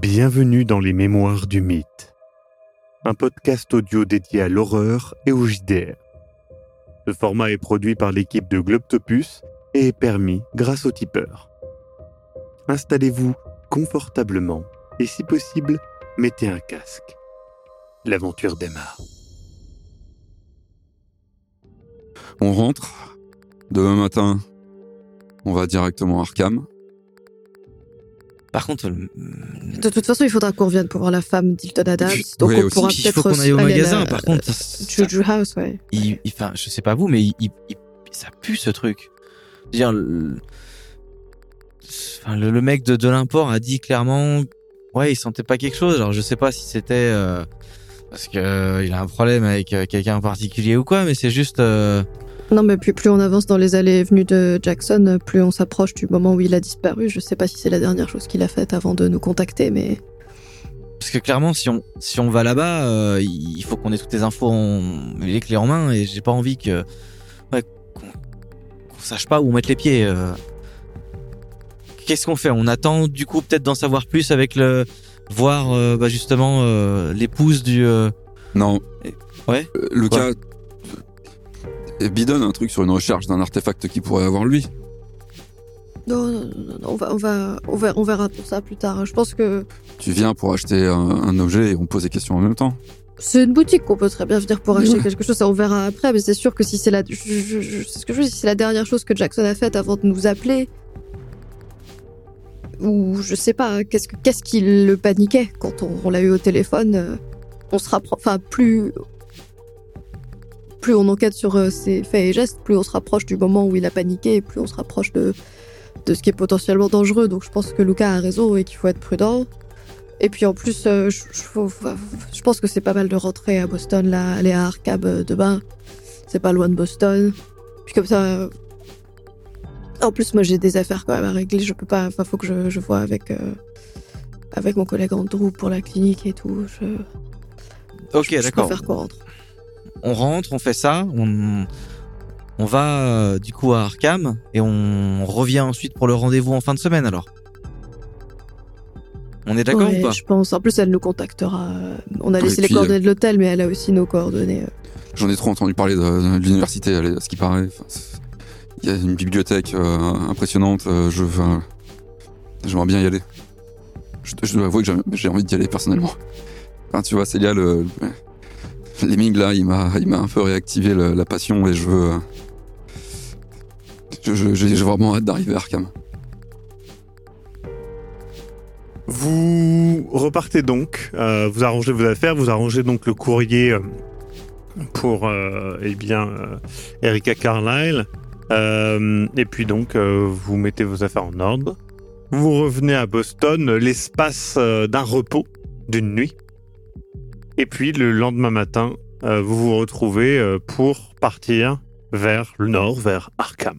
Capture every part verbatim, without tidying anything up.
Bienvenue dans les Mémoires du Mythe, un podcast audio dédié à l'horreur et au J D R. Ce format est produit par l'équipe de Globtopus et est permis grâce au tipeur. Installez-vous confortablement et si possible, mettez un casque. L'aventure démarre. On rentre. Demain matin, on va directement à Arkham. Par contre, le... de toute façon, il faudra qu'on revienne pour voir la femme d'Hilton Adams. Donc ouais, on aussi. pourra il peut-être faut qu'on aille au aller à magasin. la- Par contre, Juju House, ouais. il, il, enfin, je sais pas vous, mais il, il, il- ça pue ce truc. Je veux dire, le, enfin, le, le mec de, de l'import a dit clairement, ouais, il sentait pas quelque chose. Alors, je sais pas si c'était euh, parce que euh, il a un problème avec euh, quelqu'un en particulier ou quoi, mais c'est juste. Euh, Non, mais plus, plus on avance dans les allées et venues de Jackson, plus on s'approche du moment où il a disparu. Je sais pas si c'est la dernière chose qu'il a faite avant de nous contacter, mais... Parce que clairement, si on si on va là-bas, euh, il faut qu'on ait toutes les infos, en, les clés en main, et j'ai pas envie que ouais, qu'on, qu'on sache pas où mettre les pieds. Euh. Qu'est-ce qu'on fait ? On attend du coup peut-être d'en savoir plus avec le voir euh, bah, justement euh, l'épouse du. Euh... Non. Ouais. Euh, le Quoi cas. Et bidonne un truc sur une recherche d'un artefact qui pourrait avoir lui. Non, non, non, non, on va, on va, on verra, on verra pour ça plus tard. Je pense que Tu viens pour acheter un, un objet et on pose des questions en même temps. c'est une boutique qu'on peut très bien venir pour acheter Ouais. quelque chose, ça on verra après, mais c'est sûr que si c'est la, je, je, je- c'est ce que je veux dire, si c'est la dernière chose que Jackson a faite avant de nous appeler, ou je sais pas, qu'est-ce que, qu'est-ce qui le paniquait quand on, on l'a eu au téléphone, euh, on se rapproche, enfin plus, plus on enquête sur euh, ses faits et gestes, plus on se rapproche du moment où il a paniqué, et plus on se rapproche de, de ce qui est potentiellement dangereux. Donc je pense que Lucas a raison et qu'il faut être prudent. Et puis en plus, euh, je, je, faut- faut- je pense que c'est pas mal de rentrer à Boston, là, aller à Arkham euh, demain. C'est pas loin de Boston. Puis comme ça... euh, En plus, moi j'ai des affaires quand même à régler. Je peux pas... Enfin, faut que je, je vois avec, euh, avec mon collègue Andrew pour la clinique et tout. Je, Ok, je, je d'accord. préfère qu'on rentre. On rentre, on fait ça, on on va euh, du coup à Arkham et on revient ensuite pour le rendez-vous en fin de semaine alors. On est d'accord Ouais, ou pas ? je pense. En plus, elle nous contactera. On a Et laissé les puis, coordonnées de l'hôtel, mais elle a aussi nos coordonnées. euh. J'en ai trop entendu parler de, de l'université, à ce qui paraît. Enfin, c'est- il y a une bibliothèque euh, impressionnante. euh, je, enfin, j'aimerais bien y aller. Je, je dois avouer que j'ai, j'ai envie d'y aller personnellement. Enfin, tu vois, Célia, le, le Lemming, là, il m'a, il m'a un peu réactivé le- la passion et je veux. euh, je- je- j'ai, j'ai vraiment hâte d'arriver à Arkham. Vous repartez donc, euh, vous arrangez vos affaires, vous arrangez donc le courrier euh, pour euh, eh bien euh, Erika Carlyle, euh, et puis donc euh, vous mettez vos affaires en ordre. Vous revenez à Boston, l'espace euh, d'un repos d'une nuit, et puis le lendemain matin, euh, vous vous retrouvez euh, pour partir vers le nord, vers Arkham.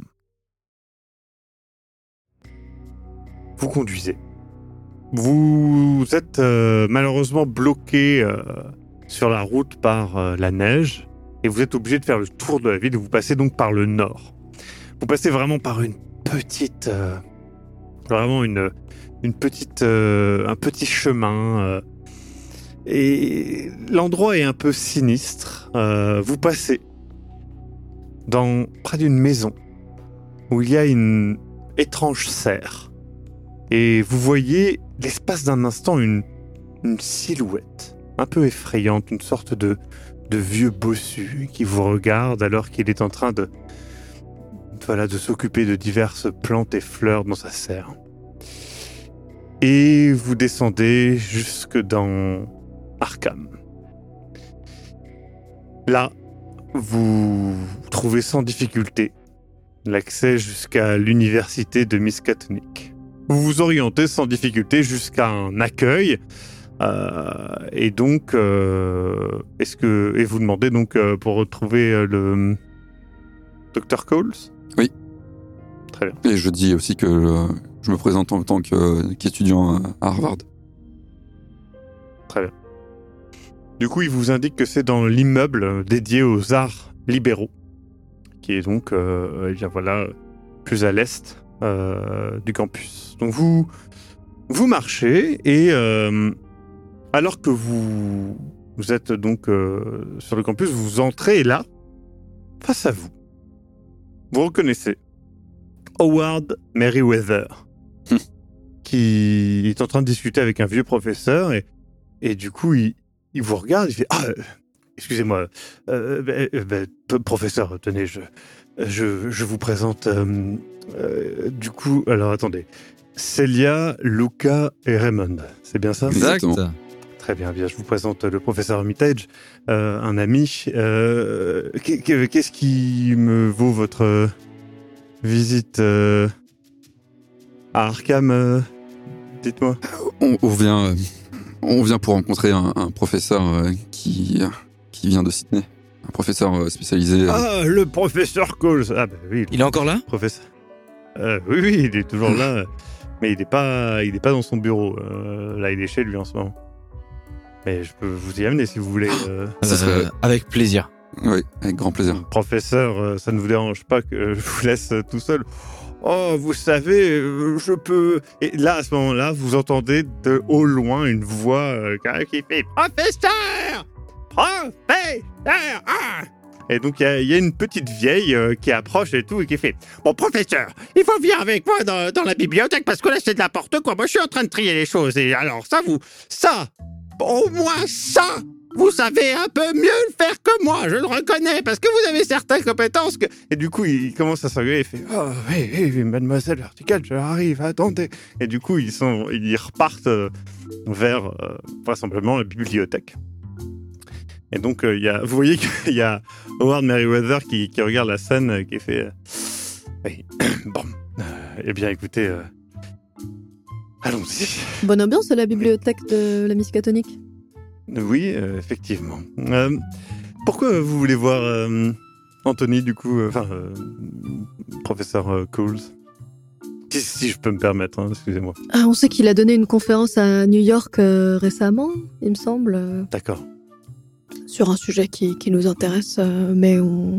Vous conduisez. Vous êtes euh, malheureusement bloqué euh, sur la route par euh, la neige et vous êtes obligé de faire le tour de la ville et vous passez donc par le nord. Vous passez vraiment par une petite, euh, vraiment une, une petite, euh, un petit chemin euh, et l'endroit est un peu sinistre. Euh, vous passez dans près d'une maison où il y a une étrange serre. Et vous voyez, l'espace d'un instant, une, une silhouette un peu effrayante, une sorte de, de vieux bossu qui vous regarde alors qu'il est en train de, voilà, de s'occuper de diverses plantes et fleurs dans sa serre. Et vous descendez jusque dans Arkham. Là, vous trouvez sans difficulté l'accès jusqu'à l'université de Miskatonic. Vous vous orientez sans difficulté jusqu'à un accueil euh, et donc euh, est-ce que et vous demandez donc euh, pour retrouver euh, le docteur Coles ? Oui. Très bien. Et je dis aussi que euh, je me présente en tant que, qu'étudiant à Harvard. Très bien. Du coup, il vous indique que c'est dans l'immeuble dédié aux arts libéraux, qui est donc, euh, eh bien voilà, plus à l'est euh, du campus. Donc vous vous marchez et euh, alors que vous, vous êtes donc euh, sur le campus, vous entrez et là, face à vous, vous reconnaissez Howard Merriweather qui est en train de discuter avec un vieux professeur et, et du coup, il, il vous regarde, il fait « Ah, euh, excusez-moi, euh, euh, euh, euh, professeur, tenez, je, je, je vous présente... Euh, euh, du coup, alors attendez, Celia, Luca et Raymond, c'est bien ça ?» Exactement. Très bien, bien, je vous présente le professeur Armitage, euh, un ami. Euh, Qu'est-ce qui me vaut votre visite euh, à Arkham euh, Dites-moi. On, on vient, euh, on vient pour rencontrer un, un professeur euh, qui, euh, qui vient de Sydney. Un professeur euh, spécialisé. euh, Ah, le professeur Coles. Ah ben oui, Il est encore là? professeur. Euh, oui, oui, il est toujours là, mais il n'est pas, il est pas dans son bureau. Euh, là, il est chez lui en ce moment. Mais je peux vous y amener si vous voulez. Euh, Ça serait- Euh, avec plaisir. Oui, avec grand plaisir. professeur, euh, ça ne vous dérange pas que je vous laisse euh, tout seul? Oh, vous savez, euh, je peux... Et là, à ce moment-là, vous entendez de au loin une voix euh, qui fait « Professeur! Professeur! Ah !» Et donc, il y a- il y, a une petite vieille euh, qui approche et tout, et qui fait « Bon, professeur, il faut venir avec moi dans, dans la bibliothèque, parce que là, c'est de n'importe quoi. Moi, je suis en train de trier les choses. Et alors, ça, vous... Ça, au moins ça, vous savez un peu mieux le faire que moi, je le reconnais, parce que vous avez certaines compétences que... » Et du coup, il commence à s'engueuler, il fait « Oh, oui, oui, oui, mademoiselle Verticale, j'arrive, attendez. » Et du coup, ils, sont, ils repartent euh, vers, euh, vraisemblablement, la bibliothèque. Et donc, euh, il y a, vous voyez qu'il y a Howard Merriweather qui, qui regarde la scène, euh, qui fait euh, oui, bon, euh, eh bien, écoutez, euh, allons-y. Bonne ambiance à la bibliothèque de la Miskatonic. Oui, euh, effectivement. Euh, pourquoi vous voulez voir euh, Anthony, du coup, euh, enfin, euh, professeur euh, Coles, si, si je peux me permettre, hein, excusez-moi. Ah, on sait qu'il a donné une conférence à New York euh, récemment, il me semble, euh, D'accord. sur un sujet qui, qui nous intéresse, euh, mais on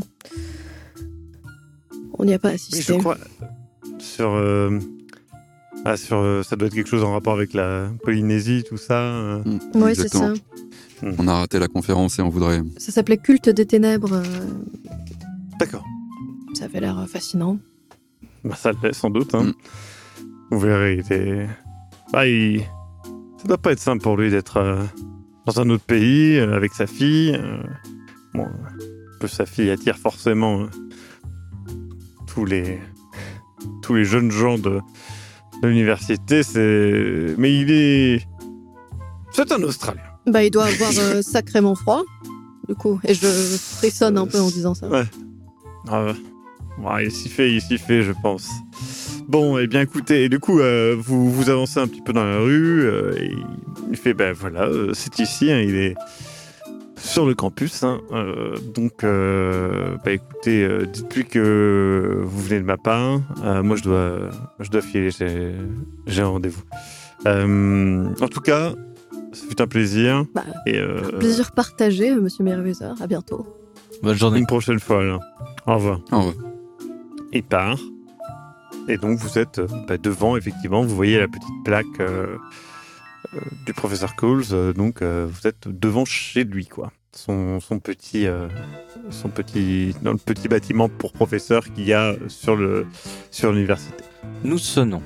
on n'y a pas Oui, assisté. je crois sur, euh, ah, sur, euh, ça doit être quelque chose en rapport avec la Polynésie, tout ça. euh. Mm, Ouais, c'est ça. exactement. On a raté la conférence et on voudrait. Ça s'appelait Culte des ténèbres. euh, D'accord. ça avait l'air fascinant. Bah, ça le fait sans doute. Hein. Mm. Vous verrez, il est... Ah, il... ça doit pas être simple pour lui d'être euh, dans un autre pays euh, avec sa fille. euh. Bon, euh, que sa fille attire forcément euh, tous les tous les jeunes gens de, de l'université. C'est, mais il est, c'est un Australien. Bah, il doit avoir euh, sacrément froid, du coup. Et je frissonne un peu en disant ça. Ouais. Ah, ouais. Ouais, il s'y fait, il s'y fait, je pense. Bon, eh bien, écoutez, et du coup, euh, vous, vous avancez un petit peu dans la rue, euh, et il fait, ben voilà, euh, c'est ici, hein, il est sur le campus, hein, euh, donc, euh, bah écoutez, euh, dites-lui que vous venez de ma part, euh, moi je dois, je dois filer, j'ai, j'ai un rendez-vous. Euh, en tout cas, ça fut un plaisir, Bah, et euh, Plaisir partagé, euh, monsieur Merriweather. À bientôt. Bonne journée. une prochaine fois, alors. Au revoir. Au revoir. Il part. Et donc, vous êtes euh, bah, devant, effectivement, vous voyez la petite plaque euh, euh, du professeur Coles. euh, donc, euh, vous êtes devant chez lui, quoi. Son, son petit, euh, son petit, dans le petit bâtiment pour professeur qu'il y a sur le, sur l'université. Nous sonnons.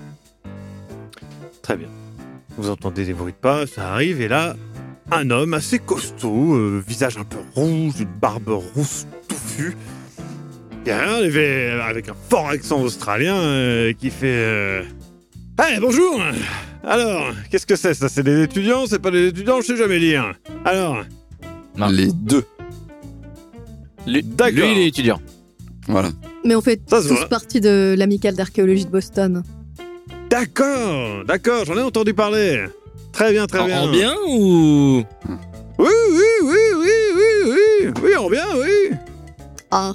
Très bien. Vous entendez des bruits de pas, ça arrive, et là, un homme assez costaud, euh, visage un peu rouge, une barbe rousse touffue. Il y a un avec, avec un fort accent australien euh, qui fait euh... Hey, bonjour. Alors, qu'est-ce que c'est ça? C'est des étudiants? C'est pas des étudiants? Je sais jamais lire. Alors, Non. Les deux. Lui, D'accord. lui, il est étudiant. Voilà. Mais on fait Ça se tous voit. partie de l'amicale d'archéologie de Boston. d'accord, d'accord, j'en ai entendu parler. Très bien, très En, bien. en bien ou... Oui, oui, oui, oui, oui, oui, oui, en bien, oui. Ah,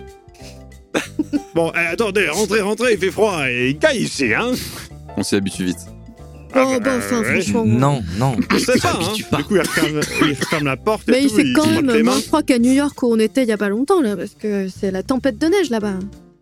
Bon, eh, attendez, rentrez, rentrez, il fait froid et il caille ici, hein. On s'y habitue vite. oh, bah, enfin, ouais. franchement. Non, non. Je sais pas, hein. T'habitues pas. Du coup, il referme, il referme la porte et Mais il tout, fait quand se même frotte les mains. moins froid qu'à New York où on était il y a pas longtemps, là, parce que c'est la tempête de neige là-bas.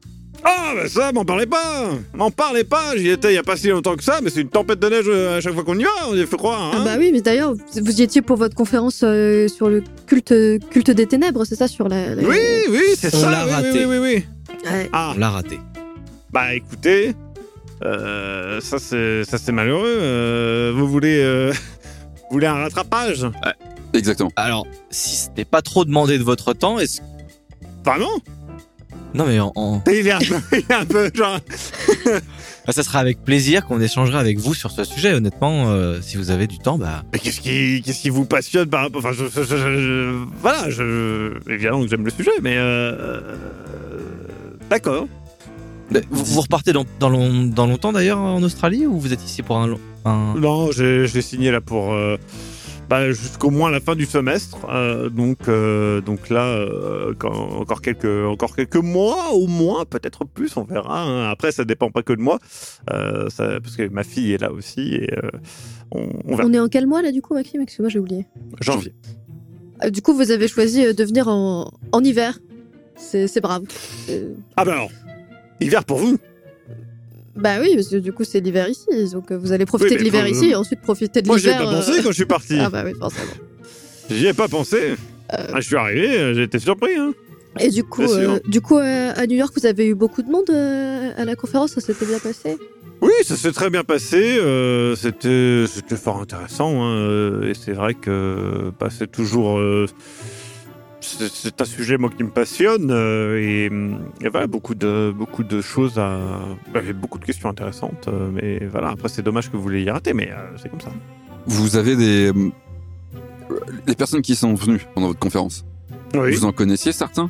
Ah, bah ça, m'en parlez pas M'en parlez pas J'y étais il y a pas si longtemps que ça, mais c'est une tempête de neige à chaque fois qu'on y va, on y fait croire, hein. Ah bah oui, mais d'ailleurs, vous y étiez pour votre conférence euh, sur le culte, culte des ténèbres, c'est ça, sur la... la... Oui, oui, c'est On ça, l'a oui, raté. oui, oui, oui, oui. Ouais. Ah, On l'a raté. bah écoutez, euh, ça c'est ça c'est malheureux. Euh, vous voulez euh, vous voulez un rattrapage? Exactement. Alors, si c'était pas trop demandé de votre temps, est-ce... Vraiment? Non mais en... en- Il est un peu, il est un peu genre. Bah, ça sera avec plaisir qu'on échangera avec vous sur ce sujet. Honnêtement, euh, si vous avez du temps, bah... Mais qu'est-ce qui qu'est-ce qui vous passionne par rapport? Enfin, je, je- je- je- voilà, je évidemment que j'aime le sujet, mais euh, euh, d'accord. Bah, vous, vous repartez dans, dans, long- dans longtemps d'ailleurs en Australie ou vous êtes ici pour un... long- un... Non, j'ai j'ai signé là pour euh, bah, jusqu'au moins la fin du semestre. euh, donc euh, donc là, euh, quand- encore quelques encore quelques mois au moins, peut-être plus, on verra. hein. Après, ça dépend pas que de moi, euh, ça- parce que ma fille est là aussi et euh, on, on verra. On est en quel mois là du coup, Maxime? Excuse-moi, j'ai oublié. Janvier. Euh, du coup, vous avez choisi euh, de venir en, en hiver. C'est c'est brave. Euh, Ah bah alors, hiver pour vous. Bah oui, parce que du coup, c'est l'hiver ici. Donc euh, vous allez profiter Oui, de mais l'hiver faut- ici et ensuite profiter de Moi, j'y ai l'hiver. pas pensé euh, quand je suis parti. Ah bah oui, forcément. J'y ai pas pensé. Euh, Ah, je suis arrivé, euh, j'ai été surpris. Hein. Et du coup, Bien sûr. euh, du coup euh, à New York, vous avez eu beaucoup de monde euh, à la conférence. Ça s'était bien passé? Oui, ça s'est très bien passé. euh, c'était, c'était fort intéressant. hein, euh, et c'est vrai que bah, c'est toujours. euh, c'est, c'est un sujet moi qui me passionne. euh, et, et voilà, beaucoup de, beaucoup de choses à. bah, il y a beaucoup de questions intéressantes. euh, mais voilà, après, c'est dommage que vous l'ayez raté, mais euh, c'est comme ça. Vous avez des... euh, Les personnes qui sont venues pendant votre conférence, Oui. vous en connaissiez certains?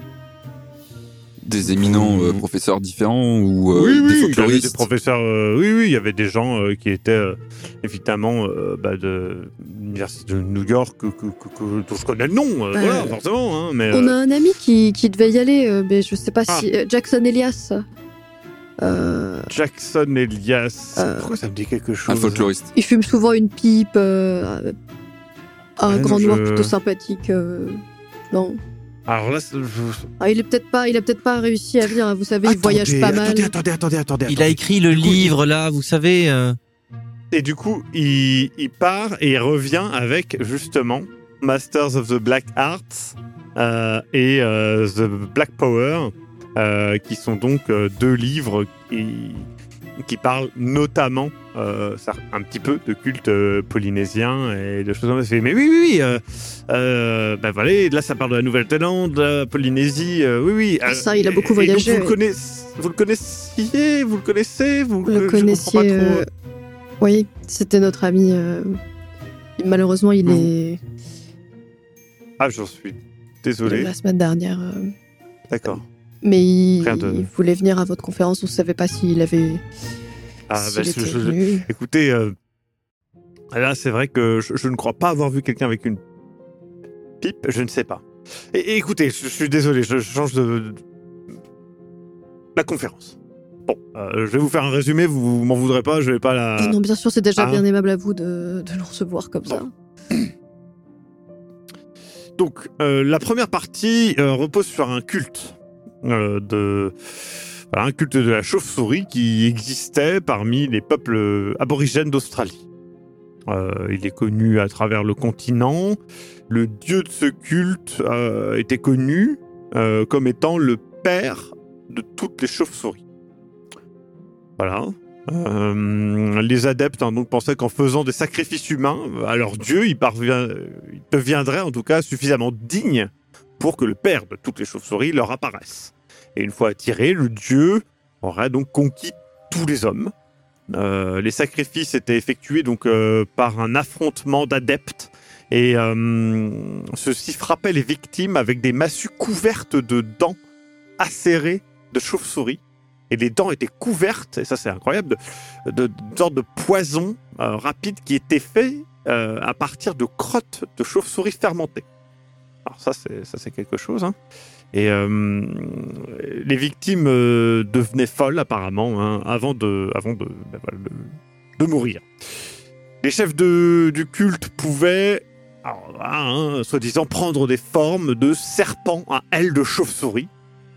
Des éminents euh, Mmh. professeurs différents ou euh, oui, des oui, il y avait folkloristes? des professeurs. euh, oui, oui, il y avait des gens euh, qui étaient euh, évidemment euh, bah, de l'université de New York, que, que, que- que- dont je connais le nom, euh, Ouais. voilà, forcément. Hein, mais, On euh, a un ami qui, qui devait y aller, euh, mais je sais pas Ah. si. euh, Jackson Elias. Euh, Jackson Elias. Euh, Pourquoi ça me dit quelque chose? Un folkloriste. il fume souvent une pipe. euh, un Ouais, grand non, noir je- plutôt sympathique. euh, non. Alors là, c'est- je- Ah, il est peut-être pas, il a peut-être pas réussi à venir. hein, Vous savez, il voyage Attendez, pas mal. Attendez, attendez, attendez, attendez. Il a écrit le livre là, vous savez... euh, Et du coup, il, il part et il revient avec justement Masters of the Black Arts euh, et euh, The Black Power, euh, qui sont donc euh, deux livres qui, qui parlent notamment euh, ça, un petit peu de culte euh, polynésien et de choses comme ça. Mais oui, oui, oui. Euh, euh, ben voilà, là, ça parle de la Nouvelle-Zélande, de la Polynésie. euh, oui, oui. Ah, euh, ça, il a beaucoup et- et donc, voyagé, vous, le oui. connaissez, vous le connaissiez, vous le connaissez, vous Vous le je comprends connaissiez. pas trop. euh, Oui, c'était notre ami. euh, Malheureusement, il Vous- est Ah, j'en suis désolé. la semaine dernière. euh, D'accord. Mais il, Rien de- il voulait venir à votre conférence. On ne savait pas s'il avait. Ah, s'il bah, je- était je- venu. écoutez, euh, là, c'est vrai que je, je ne crois pas avoir vu quelqu'un avec une pipe. Je ne sais pas. Et, et écoutez, je, je suis désolé, je, je change de, de- la conférence. Bon, euh, je vais vous faire un résumé. Vous, vous m'en voudrez pas. Je vais pas la. Ah non, bien sûr, c'est déjà Ah. bien aimable à vous de, de nous recevoir comme ça. Donc, euh, la première partie euh, repose sur un culte euh, de voilà, un culte de la chauve-souris qui existait parmi les peuples aborigènes d'Australie. Euh, il est connu à travers le continent. Le dieu de ce culte euh, était connu euh, comme étant le père de toutes les chauves-souris. Voilà. Euh, les adeptes hein, donc pensaient qu'en faisant des sacrifices humains à leur dieu, ils, parvient, ils deviendraient en tout cas suffisamment dignes pour que le père de toutes les chauves-souris leur apparaisse. Et une fois attiré, le dieu aurait donc conquis tous les hommes. Euh, les sacrifices étaient effectués donc euh, par un affrontement d'adeptes et euh, ceux-ci frappaient les victimes avec des massues couvertes de dents acérées de chauves-souris. Et les dents étaient couvertes, et ça c'est incroyable, de, de, de sortes de poisons euh, rapides qui étaient faits euh, à partir de crottes de chauves-souris fermentées. Alors ça c'est, ça, c'est quelque chose. Hein. Et euh, les victimes euh, devenaient folles apparemment hein, avant, de, avant de, ben voilà, de, de mourir. Les chefs de, du culte pouvaient, alors, hein, soi-disant, prendre des formes de serpents à ailes de chauve-souris.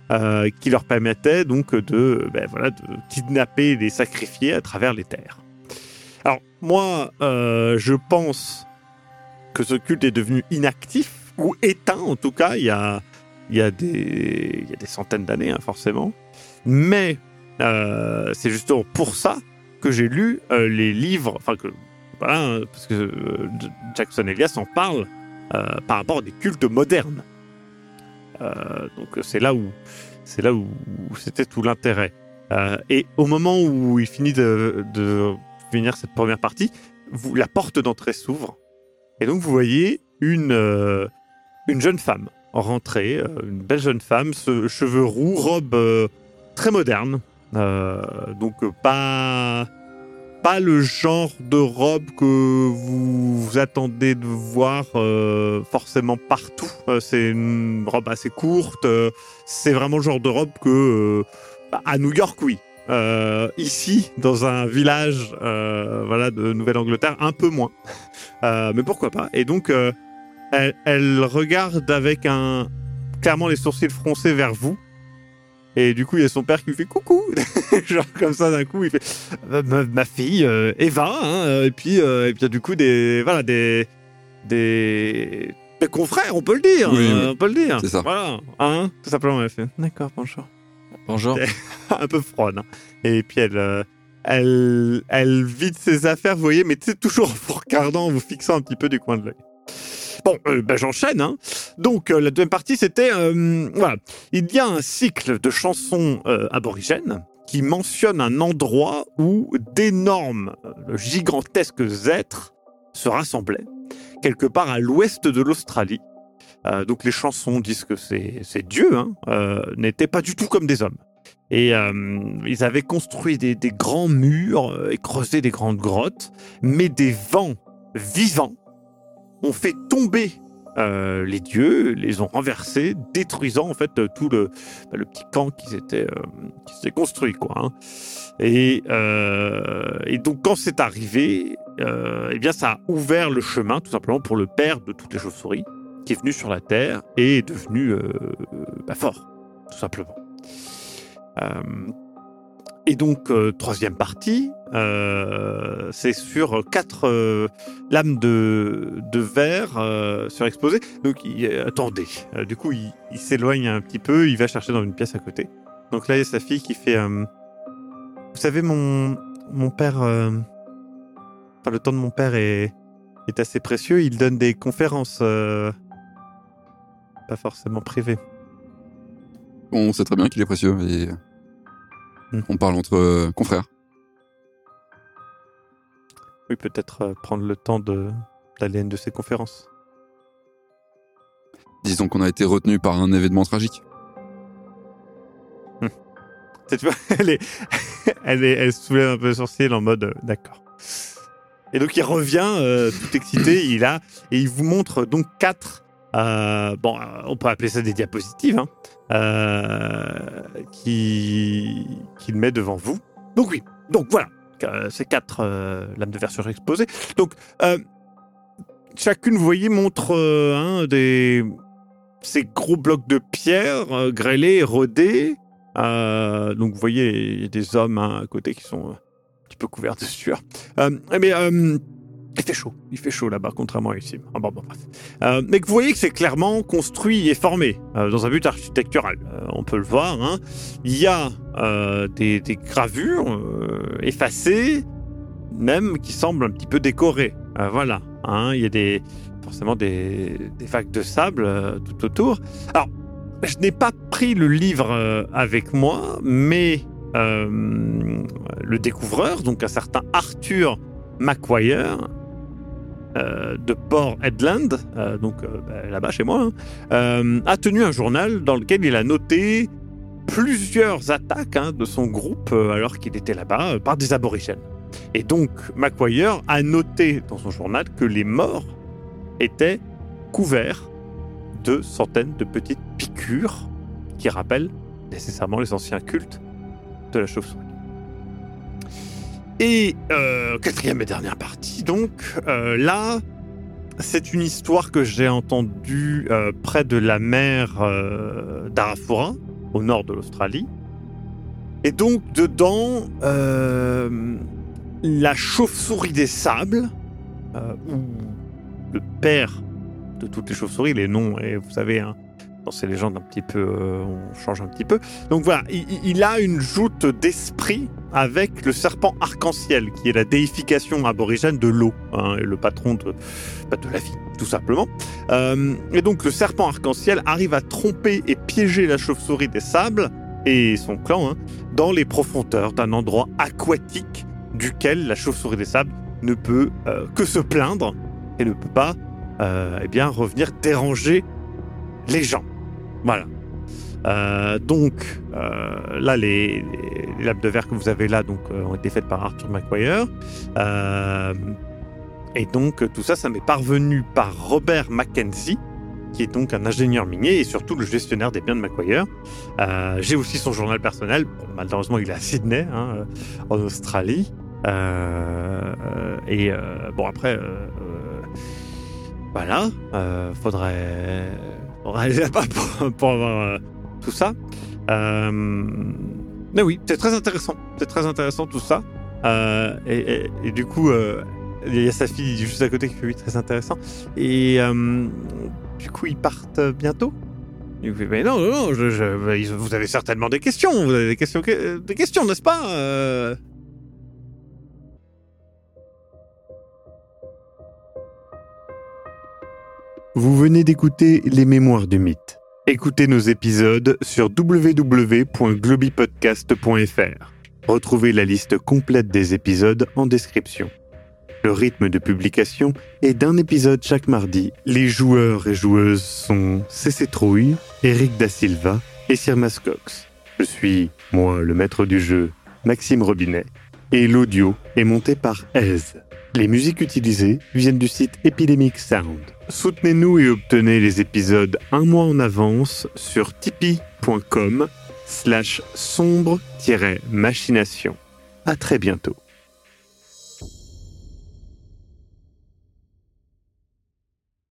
euh, qui leur permettait donc de, ben, voilà, de kidnapper les sacrifiés à travers les terres. Alors moi, euh, je pense que ce culte est devenu inactif, ou éteint en tout cas, il y a, il y a, des, il y a des centaines d'années, hein, forcément. Mais euh, c'est justement pour ça que j'ai lu euh, les livres, enfin que, voilà, hein, parce que euh, Jackson Elias en parle euh, par rapport à des cultes modernes. Euh, donc c'est là où, c'est là où, où c'était tout l'intérêt. Euh, et au moment où il finit de, de finir cette première partie, vous, la porte d'entrée s'ouvre. Et donc, vous voyez une, euh, une jeune femme rentrer, euh, une belle jeune femme, ce, cheveux roux, robe euh, très moderne. Euh, donc, euh, pas, pas le genre de robe que vous, vous attendez de voir euh, forcément partout. Euh, c'est une robe assez courte. Euh, c'est vraiment le genre de robe que, euh, à New York, oui. Euh, ici, dans un village euh, voilà, de Nouvelle-Angleterre, un peu moins. Euh, mais pourquoi pas. Et donc, euh, elle, elle regarde avec un clairement les sourcils froncés vers vous. Et du coup, il y a son père qui lui fait coucou. Genre comme ça, d'un coup, il fait ma, ma fille, euh, Eva. Hein, et puis, euh, et puis, il y a du coup des, voilà, des, des, des confrères, on peut le dire. Oui, euh, oui. On peut le dire. C'est ça. Voilà. Hein, tout simplement, elle fait d'accord, bonjour. Bonjour. Un peu froide. Hein. Et puis elle, euh, elle, elle vide ses affaires, vous voyez, mais tu sais, toujours en vous regardant, en vous fixant un petit peu du coin de l'œil. Bon, euh, ben j'enchaîne. Hein. Donc euh, la deuxième partie, c'était euh, voilà, il y a un cycle de chansons euh, aborigènes qui mentionne un endroit où d'énormes, euh, gigantesques êtres se rassemblaient quelque part à l'ouest de l'Australie. Euh, donc les chansons disent que ces, ces dieux hein, euh, n'étaient pas du tout comme des hommes. Et euh, ils avaient construit des, des grands murs euh, et creusé des grandes grottes, mais des vents vivants ont fait tomber euh, les dieux, les ont renversés, détruisant en fait tout le, le petit camp qui s'était, euh, qui s'était construit. Quoi, hein. et, euh, et donc quand c'est arrivé, euh, eh bien, ça a ouvert le chemin tout simplement pour le père de toutes les chauves-souris, qui est venu sur la Terre et est devenu euh, bah, fort, tout simplement. Euh, et donc, euh, troisième partie, euh, c'est sur quatre euh, lames de, de verre euh, surexposées. Donc, il, attendez, euh, du coup, il, il s'éloigne un petit peu, il va chercher dans une pièce à côté. Donc là, il y a sa fille qui fait... Euh, vous savez, mon, mon père... Euh, enfin, le temps de mon père est, est assez précieux. Il donne des conférences... Euh, pas forcément privé. On sait très bien qu'il est précieux et mmh. on parle entre euh, confrères. Oui, peut-être euh, prendre le temps de, d'aller à une de ces conférences. Disons qu'on a été retenu par un événement tragique. Mmh. Tu vois, elle, est, elle, est, elle soulève un peu le sourcil en mode euh, d'accord. Et donc il revient euh, tout excité, il a et il vous montre donc quatre. Euh, bon, on peut appeler ça des diapositives, hein, euh, qui qu'il met devant vous. Donc oui, donc voilà, euh, ces quatre euh, lames de verre surexposées. Donc euh, chacune, vous voyez, montre euh, hein, des ces gros blocs de pierre euh, grêlés, rodés. Euh, donc vous voyez, il y a des hommes hein, à côté qui sont un petit peu couverts de sueur. Euh, mais euh, Il fait chaud, il fait chaud là-bas, contrairement à ici. Ah bon, bon, bref. Euh, mais que vous voyez que c'est clairement construit et formé euh, dans un but architectural. Euh, on peut le voir. Hein. Il y a euh, des, des gravures euh, effacées, même qui semblent un petit peu décorées. Euh, voilà. Hein. Il y a des, forcément des, des vagues de sable euh, tout autour. Alors, je n'ai pas pris le livre euh, avec moi, mais euh, le découvreur, donc un certain Arthur Macquarie, Euh, de Port Hedland, euh, donc euh, bah, là-bas chez moi, hein, euh, a tenu un journal dans lequel il a noté plusieurs attaques hein, de son groupe euh, alors qu'il était là-bas euh, par des aborigènes. Et donc Macquarie a noté dans son journal que les morts étaient couverts de centaines de petites piqûres qui rappellent nécessairement les anciens cultes de la chauve-souris. Et euh, quatrième et dernière partie, donc, euh, là, c'est une histoire que j'ai entendue euh, près de la mer euh, d'Arafura, au nord de l'Australie. Et donc, dedans, euh, la chauve-souris des sables, euh, ou le père de toutes les chauves-souris, les noms, et vous savez, hein, dans ces légendes un petit peu, euh, on change un petit peu. Donc voilà, il, il a une joute d'esprit avec le serpent arc-en-ciel, qui est la déification aborigène de l'eau, hein, et le patron de, bah, de la vie, tout simplement. Euh, et donc le serpent arc-en-ciel arrive à tromper et piéger la chauve-souris des sables, et son clan, hein, dans les profondeurs d'un endroit aquatique duquel la chauve-souris des sables ne peut euh, que se plaindre et ne peut pas euh, eh bien, revenir déranger les gens. Voilà. Euh, donc, euh, là, les, les, les lames de verre que vous avez là donc, euh, ont été faites par Arthur McGuire. Euh, et donc, tout ça, ça m'est parvenu par Robert Mackenzie, qui est donc un ingénieur minier et surtout le gestionnaire des biens de McGuire. Euh, j'ai aussi son journal personnel. Bon, malheureusement, il est à Sydney, hein, en Australie. Euh, et euh, bon, après, euh, euh, voilà, euh, faudrait, faudrait aller là-bas pour, pour avoir euh, tout ça. Euh, mais oui, c'est très intéressant. C'est très intéressant tout ça. Euh, et, et, et du coup, euh, il y a sa fille juste à côté qui fait oui, très intéressant. Et euh, du coup, ils partent bientôt. Il fait, mais non, non, non, je, je, vous avez certainement des questions. Vous avez des questions, des questions, n'est-ce pas euh... Vous venez d'écouter Les Mémoires du Mythe. Écoutez nos épisodes sur w w w point globipodcast point f r. Retrouvez la liste complète des épisodes en description. Le rythme de publication est d'un épisode chaque mardi. Les joueurs et joueuses sont C C Trouille, Eric Da Silva et Sirmas Cox. Je suis, moi, le maître du jeu, Maxime Robinet, et l'audio est monté par Aise. Les musiques utilisées viennent du site Epidemic Sound. Soutenez-nous et obtenez les épisodes un mois en avance sur tipeee.com slash sombre-machination. À très bientôt.